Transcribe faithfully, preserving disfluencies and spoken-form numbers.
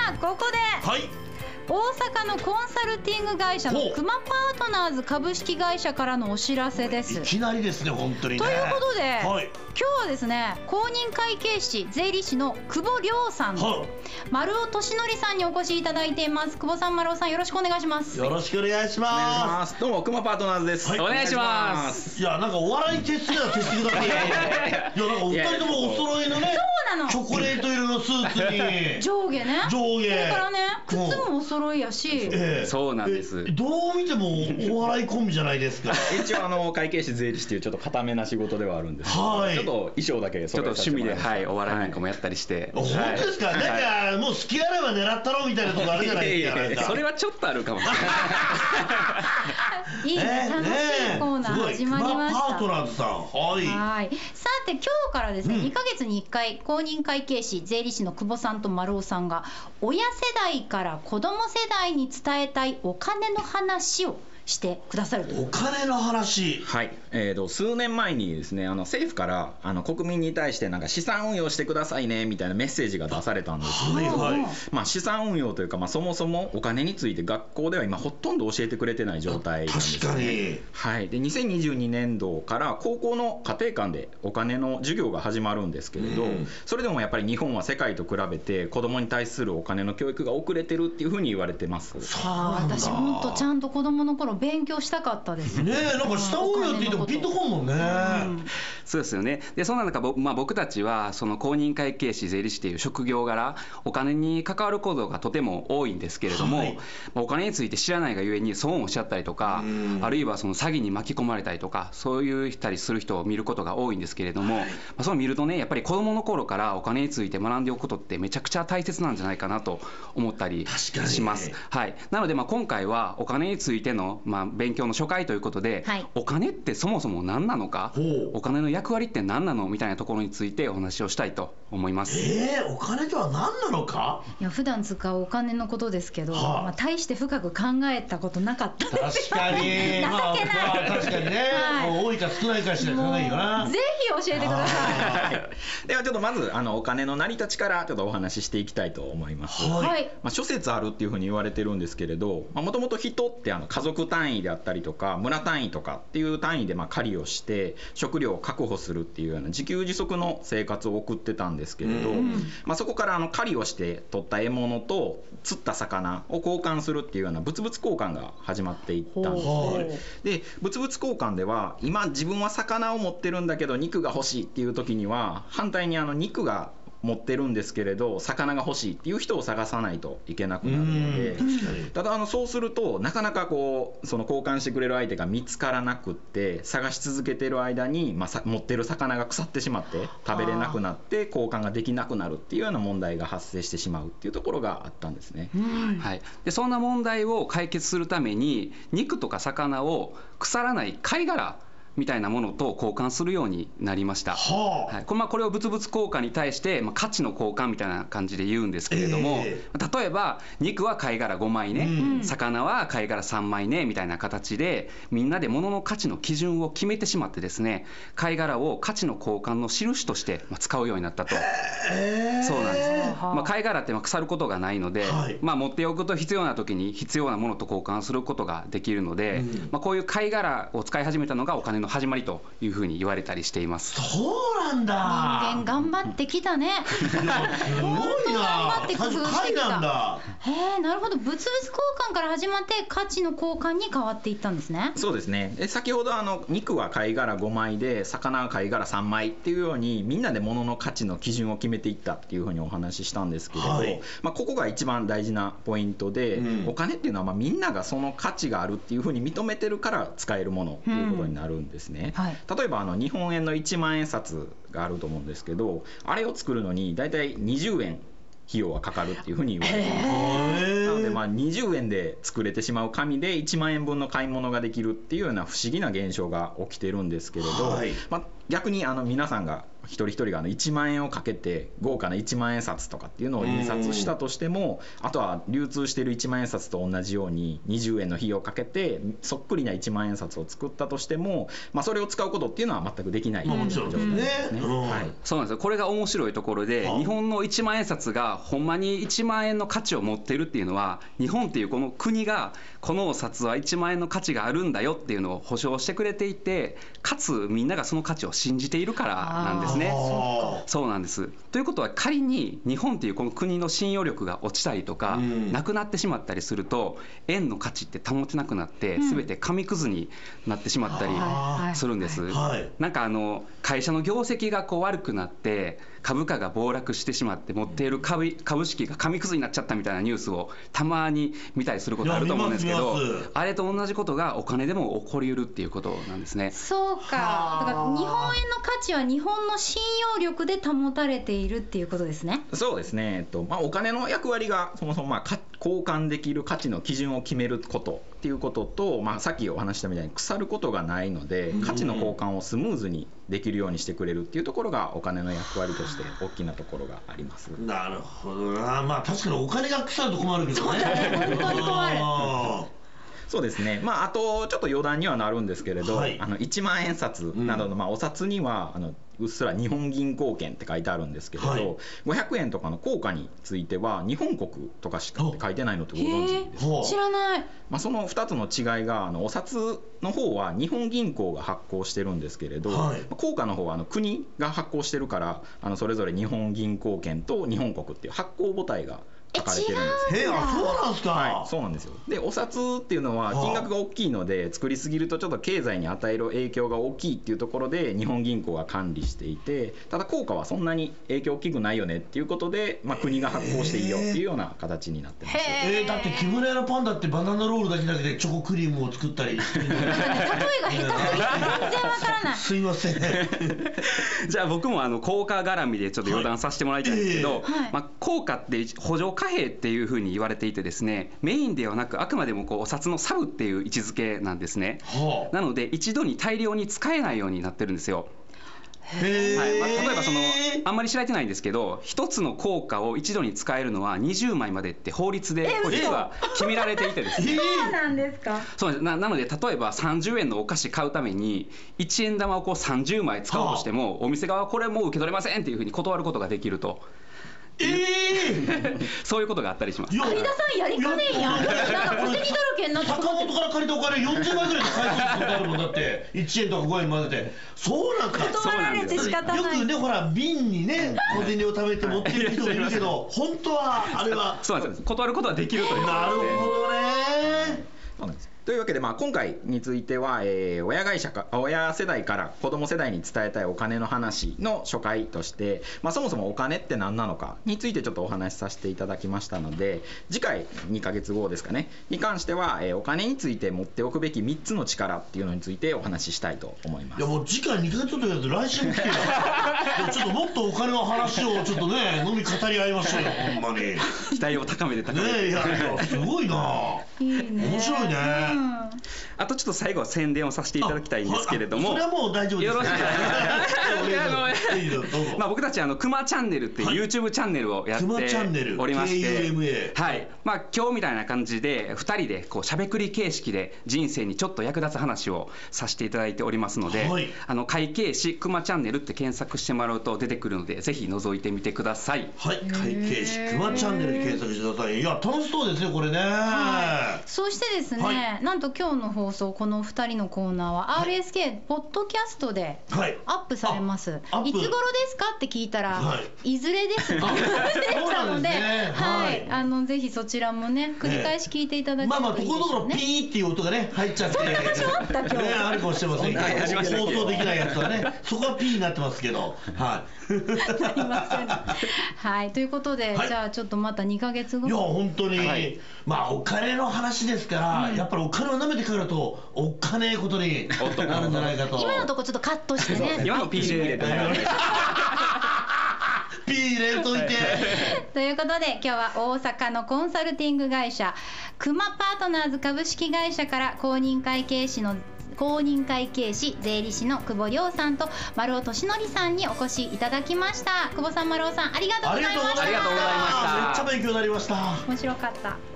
あここで、 はい、 大阪のコンサルティング会社のクマパートナーズ株式会社からのお知らせです。 いきなりですね、本当にね。 ということで、 はい、 今日はですね、公認会計士税理士の久保亮さんと丸尾俊則さんにお越しいただいています。久保さん、丸尾さん、よろしくお願いします。 よろしくお願いします。 どうも、クマパートナーズです。 はい、 お願いします。 いや、なんかお笑い徹するな徹してください。いや、なんかお二人ともお揃いのね、 そうなの、 チョコレート色のスーツに上下ね、 上下、 それからね、靴もお揃いやし、 ええ、 そうなんです。 どう見てもお笑いコンビじゃないですか。 一応あの会計士税理士っていうちょっと固めな仕事ではあるんですけど、 はい、 ちょっと衣装だけちょっと趣味で、はい、お笑いなんかもやったりして。 本当ですか。なんかもう好きあれば狙ったろみたいなとこあるじゃないですか。 それはちょっとあるかもしれない。 いいね、楽しいコーナー始まりました。 パートナーズさん、はい。 はい。さて今日からですね、にかげつにいっかい公認会計士税理士の久保さんと丸尾さんが親世代から子供世代に伝えたいお金の話をしてくださるという。 お金の話、 はい、えーと数年前にですね、あの政府からあの国民に対してなんか資産運用してくださいねみたいなメッセージが出されたんです。 はいはい。 まあ資産運用というか、まあそもそもお金について学校では今ほとんど教えてくれてない状態なんですね。 確かに。 はい。でにせんにじゅうにねんどから高校の家庭間でお金の授業が始まるんですけれど、うん、それでもやっぱり日本は世界と比べて子供に対するお金の教育が遅れてるっていうふうに言われてます。 ああ、私本当ちゃんと子供の頃勉強したかったですね。 え、なんか資産運用って言ってもピンとこんもんね。うん、 そうですよね。でそんな中、まあ、僕たちはその公認会計士税理士という職業柄お金に関わることがとても多いんですけれども、はい、お金について知らないがゆえに損をしちゃったりとか、あるいはその詐欺に巻き込まれたりとか、そういうたりする人を見ることが多いんですけれども、はい、まあ、そう見るとね、やっぱり子どもの頃からお金について学んでおくことってめちゃくちゃ大切なんじゃないかなと思ったりします。はい、なのでまあ今回はお金についてのまあ勉強の初回ということで、はい、お金ってそもそも何なのか、お金の役割って何なのみたいなところについてお話をしたいと思います。 えー、お金とは何なのか。 いや、普段使うお金のことですけど、はあ、まあ、大して深く考えたことなかったです。 確かに情けない、まあまあ、確かにね、はい、もう多いか少ないかしか考えないよな。 ぜひ教えてください。ではちょっとまずあのお金の成り立ちからちょっとお話ししていきたいと思います。はい。まあ、諸説あるっていうふうに言われてるんですけれど、もともと人ってあの家族単位であったりとか村単位とかっていう単位でまあ狩りをして食料を確保するっていうような自給自足の生活を送ってたんですけれど、うん、まあ、そこからあの狩りをして取った獲物と釣った魚を交換するっていうような物々交換が始まっていったんですね。で物々交換では今自分は魚を持ってるんだけど肉が欲しいっていう時には反対にあの肉が持ってるんですけれど魚が欲しいっていう人を探さないといけなくなるので、ただあのそうするとなかなかこうその交換してくれる相手が見つからなくって探し続けてる間に、まあ、持ってる魚が腐ってしまって食べれなくなって交換ができなくなるっていうような問題が発生してしまうっていうところがあったんですね。 はい、でそんな問題を解決するために肉とか魚を腐らない貝殻みたいなものと交換するようになりました。はあ、はい、これまあこれを物々交換に対して、まあ、価値の交換みたいな感じで言うんですけれども、えー、例えば肉は貝殻ごまいね、うん、魚は貝殻さんまいねみたいな形でみんなで物の価値の基準を決めてしまってですね、貝殻を価値の交換の印として使うようになったと。えー、そうなんです。まあ、貝殻ってまあ腐ることがないので、はい、まあ、持っておくと必要な時に必要なものと交換することができるので、うん、まあ、こういう貝殻を使い始めたのがお金の始まりというふうに言われたりしています。 そうなんだ。 人間頑張ってきたね。 すごいな。頑張って工夫してきた。 なんだ。 へえ、なるほど。物々交換から始まって価値の交換に変わっていったんですね。 そうですね。で先ほどあの肉は貝殻ごまいで魚は貝殻さんまいっていうようにみんなで物の価値の基準を決めていったっていうふうにお話ししたんですけれど、はい、まあ、ここが一番大事なポイントで、うん、お金っていうのはまあみんながその価値があるっていうふうに認めてるから使えるものっていうことになるんですね。うん、はい、例えばあの日本円のいちまんえん札があると思うんですけど、あれを作るのにだいたいにじゅうえん費用はかかるっていうふうに言われています。なのでまあにじゅうえんで作れてしまう紙でいちまんえんぶんの買い物ができるっていうような不思議な現象が起きてるんですけれど、はい、まあ、逆にあの皆さんが一人一人があのいちまんえんをかけて豪華ないちまんえん札とかっていうのを印刷したとしても、あとは流通しているいちまんえん札と同じようににじゅうえんの費用をかけてそっくりないちまんえん札を作ったとしても、まあ、それを使うことっていうのは全くできない状態ですね。はい、 そうなんですよ。これが面白いところで、日本のいちまんえん札がほんまにいちまんえんの価値を持ってるっていうのは、日本っていうこの国がこの札はいちまんえんの価値があるんだよっていうのを保証してくれていて、かつみんながその価値を信じているからなんですね。そうそうなんです。ということは、仮に日本っていうこの国の信用力が落ちたりとか、うん、なくなってしまったりすると、円の価値って保てなくなって、うん、全て紙くずになってしまったりするんです。はい、なんかあの会社の業績がこう悪くなって株価が暴落してしまって持っている 株, 株式が紙くずになっちゃったみたいなニュースをたまに見たりすることあると思うんですけど、あれと同じことがお金でも起こりうるっていうことなんですね。 そうか。だから日本円の価値は日本の信用力で保たれているっていうことですね。 そうですね、えっとまあ、お金の役割がそもそもまあ交換できる価値の基準を決めることっていうことと、まあ、さっきお話したみたいに腐ることがないので、価値の交換をスムーズにできるようにしてくれるっていうところがお金の役割として大きなところがあります。 なるほどな。まあ確かにお金が腐ると困るけどね。 そうだね、本当に困る。 そうですね、まあ、あとちょっと余談にはなるんですけれど、はい、あのいちまんえん札などの、まあ、お札にはあのうっすら日本銀行券って書いてあるんですけれど、はい、ごひゃくえんとかの硬貨については日本国とかしかって書いてないのってご存知ですか？ 知らない。 まあ、そのふたつの違いが、あのお札の方は日本銀行が発行してるんですけれど、はい、硬貨の方はあの国が発行してるから、あのそれぞれ日本銀行券と日本国っていう発行母体が書かれてるんです。 え、あ、そうなんですか。 はい、そうなんですよ。で、お札っていうのは金額が大きいので、作りすぎるとちょっと経済に与える影響が大きいっていうところで日本銀行が管理していて、ただ硬貨はそんなに影響大きくないよねっていうことで、まあ、国が発行していいよっていうような形になってます。 えー、だって木村屋のパンダってバナナロールだけじゃなくてチョコクリームを作ったり。例えが下手すぎて全然わからない。すいません。 じゃあ僕もあの硬貨絡みでちょっと余談させてもらいたいんですけど、はい、まあ、硬貨って補助貨幣っていうふうに言われていてですね、メインではなくあくまでもこうお札のサブっていう位置づけなんですね。はあ、なので一度に大量に使えないようになってるんですよ。へ、はい、まあ、例えばそのあんまり知られてないんですけど、一つの硬貨を一度に使えるのはにじゅうまいまでって法律で実は決められていてですね。 そうなんですか。 そうです。 な, なので例えばさんじゅうえんのお菓子買うためにいちえん玉をこうさんじゅうまい使おうとしても、はあ、お店側はこれもう受け取れませんっていうふうに断ることができると。えー、そういうことがあったりします。 有田さんやりかねえやん。なんか小銭だらけになって坂本から借りたお金よんじゅうまいぐらいで返すことあるもんだって。いちえんとかごえん混ぜて。そうなんか。 断られて仕方ない。 よくね、ほら瓶にね小銭を食べて持ってる人いるけど、本当はあれはそうなんです。断ることはできるという。 なるほどね。 そうなんです。というわけで、まあ、今回については、えー、親会社か親世代から子ども世代に伝えたいお金の話の初回として、まあ、そもそもお金って何なのかについてちょっとお話しさせていただきましたので、次回にかげつごですかねに関しては、えー、お金について持っておくべきみっつの力っていうのについてお話ししたいと思います。 いや、もう次回にかげつちょっとやると来週も来てよ。ちょっともっとお金の話をちょっとね飲み語り合いましょうよ、ほんまに。 期待を高めて高めて。 ねえ、いやいやすごいな。いいね。面白いね。うん、 あとちょっと最後は宣伝をさせていただきたいんですけれども、 それはもう大丈夫です。よろしくまあ僕たちあのくまチャンネルっていう YouTube チャンネルをやっておりまして、はい、まあ今日みたいな感じでふたりでこうしゃべくり形式で人生にちょっと役立つ話をさせていただいておりますので、はい、あの会計士くまチャンネルって検索してもらうと出てくるので、ぜひ覗いてみてください。 はい、会計士くまチャンネルで検索してください。いや楽しそうですねこれね。はい、そしてですね、はい、なんと今日の放送このふたりのコーナーは アールエスケー ポッドキャストでアップされます。はい、いつ頃ですかって聞いたら、はい、いずれですって言われたので、はい、あのぜひそちらもね繰り返し聞いていただきたいといいですね。 まあまあところどころピーっていう音がね入っちゃって、そんな場所あった今日。ね、あるかもしれませんけど、放送できないやつはね、そこはピーになってますけど、はい。 なりません。はい、ということで、はい、じゃあちょっとまたにかげつご。 いや本当に、はい、まあお金の話ですから、うん、やっぱりお金を舐めてくるとおっかねえことになるんじゃないかと。 今のとこちょっとカットしてね。 今の ピージー 入れてね。 ピー入れといて。 ということで今日は大阪のコンサルティング会社くまパートナーズ株式会社から公認会計士の公認会計士税理士の久保亮さんと丸尾俊則さんにお越しいただきました。久保さん、丸尾さん、ありがとうございました。 ありがとうございました。 めっちゃ勉強になりました。 面白かった。